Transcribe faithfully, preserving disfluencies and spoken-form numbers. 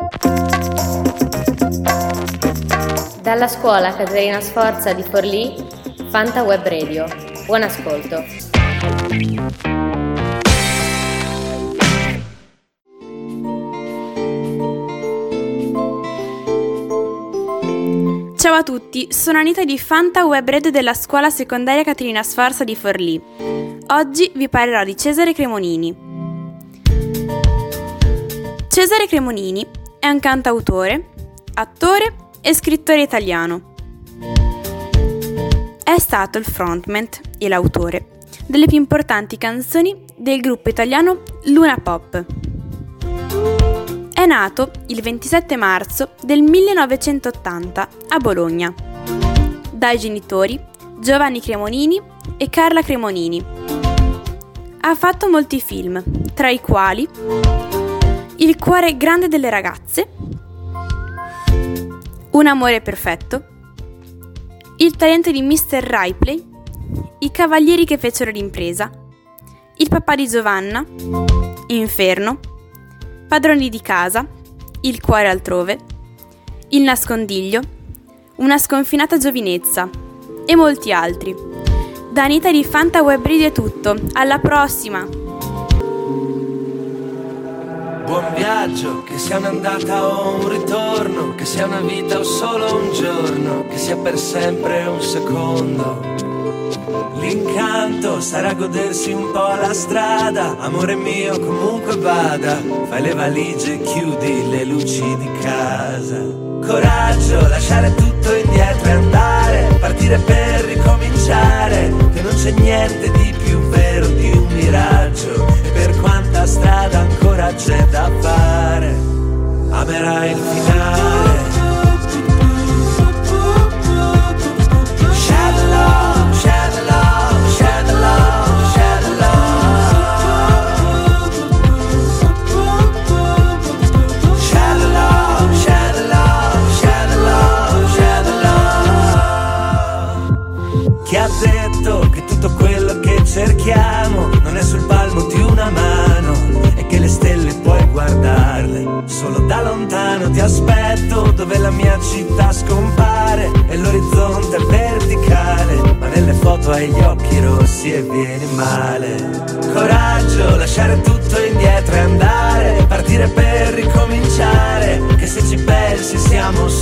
Dalla scuola Caterina Sforza di Forlì, Fanta Web Radio. Buon ascolto. Ciao a tutti, sono Anita di Fanta Web Radio della scuola secondaria Caterina Sforza di Forlì. Oggi vi parlerò di Cesare Cremonini. Cesare Cremonini è un cantautore, attore e scrittore italiano. È stato il frontman e l'autore delle più importanti canzoni del gruppo italiano Luna Pop. È nato il ventisette marzo del millenovecentottanta a Bologna, dai genitori Giovanni Cremonini e Carla Cremonini. Ha fatto molti film, tra i quali Il cuore grande delle ragazze, Un amore perfetto, Il talento di mister Ripley, I cavalieri che fecero l'impresa, Il papà di Giovanna, Inferno, Padroni di casa, Il cuore altrove, Il nascondiglio, Una sconfinata giovinezza e molti altri. Da Anita di Fanta Web Radio è tutto, alla prossima! Buon viaggio, che sia un'andata o un ritorno, che sia una vita o solo un giorno, che sia per sempre un secondo. L'incanto sarà godersi un po' la strada, amore mio comunque vada, fai le valigie, chiudi le luci di casa. Coraggio, lasciare tutto indietro e andare, partire per ricominciare, che non c'è niente di più vero di un miraggio, e per quanta strada ancora c'è da fare, amerai il finale. Share love, share love, share love, share love. Share love, share love, share love, share love. Chi ha detto che tutto quello che cerchiamo non è sul palmo di una mano e che le stelle puoi guardarle solo da lontano? Ti aspetto dove la mia città scompare e l'orizzonte è verticale, ma nelle foto hai gli occhi rossi e vieni male. Coraggio, lasciare tutto indietro e andare, partire per ricominciare, che se ci pensi siamo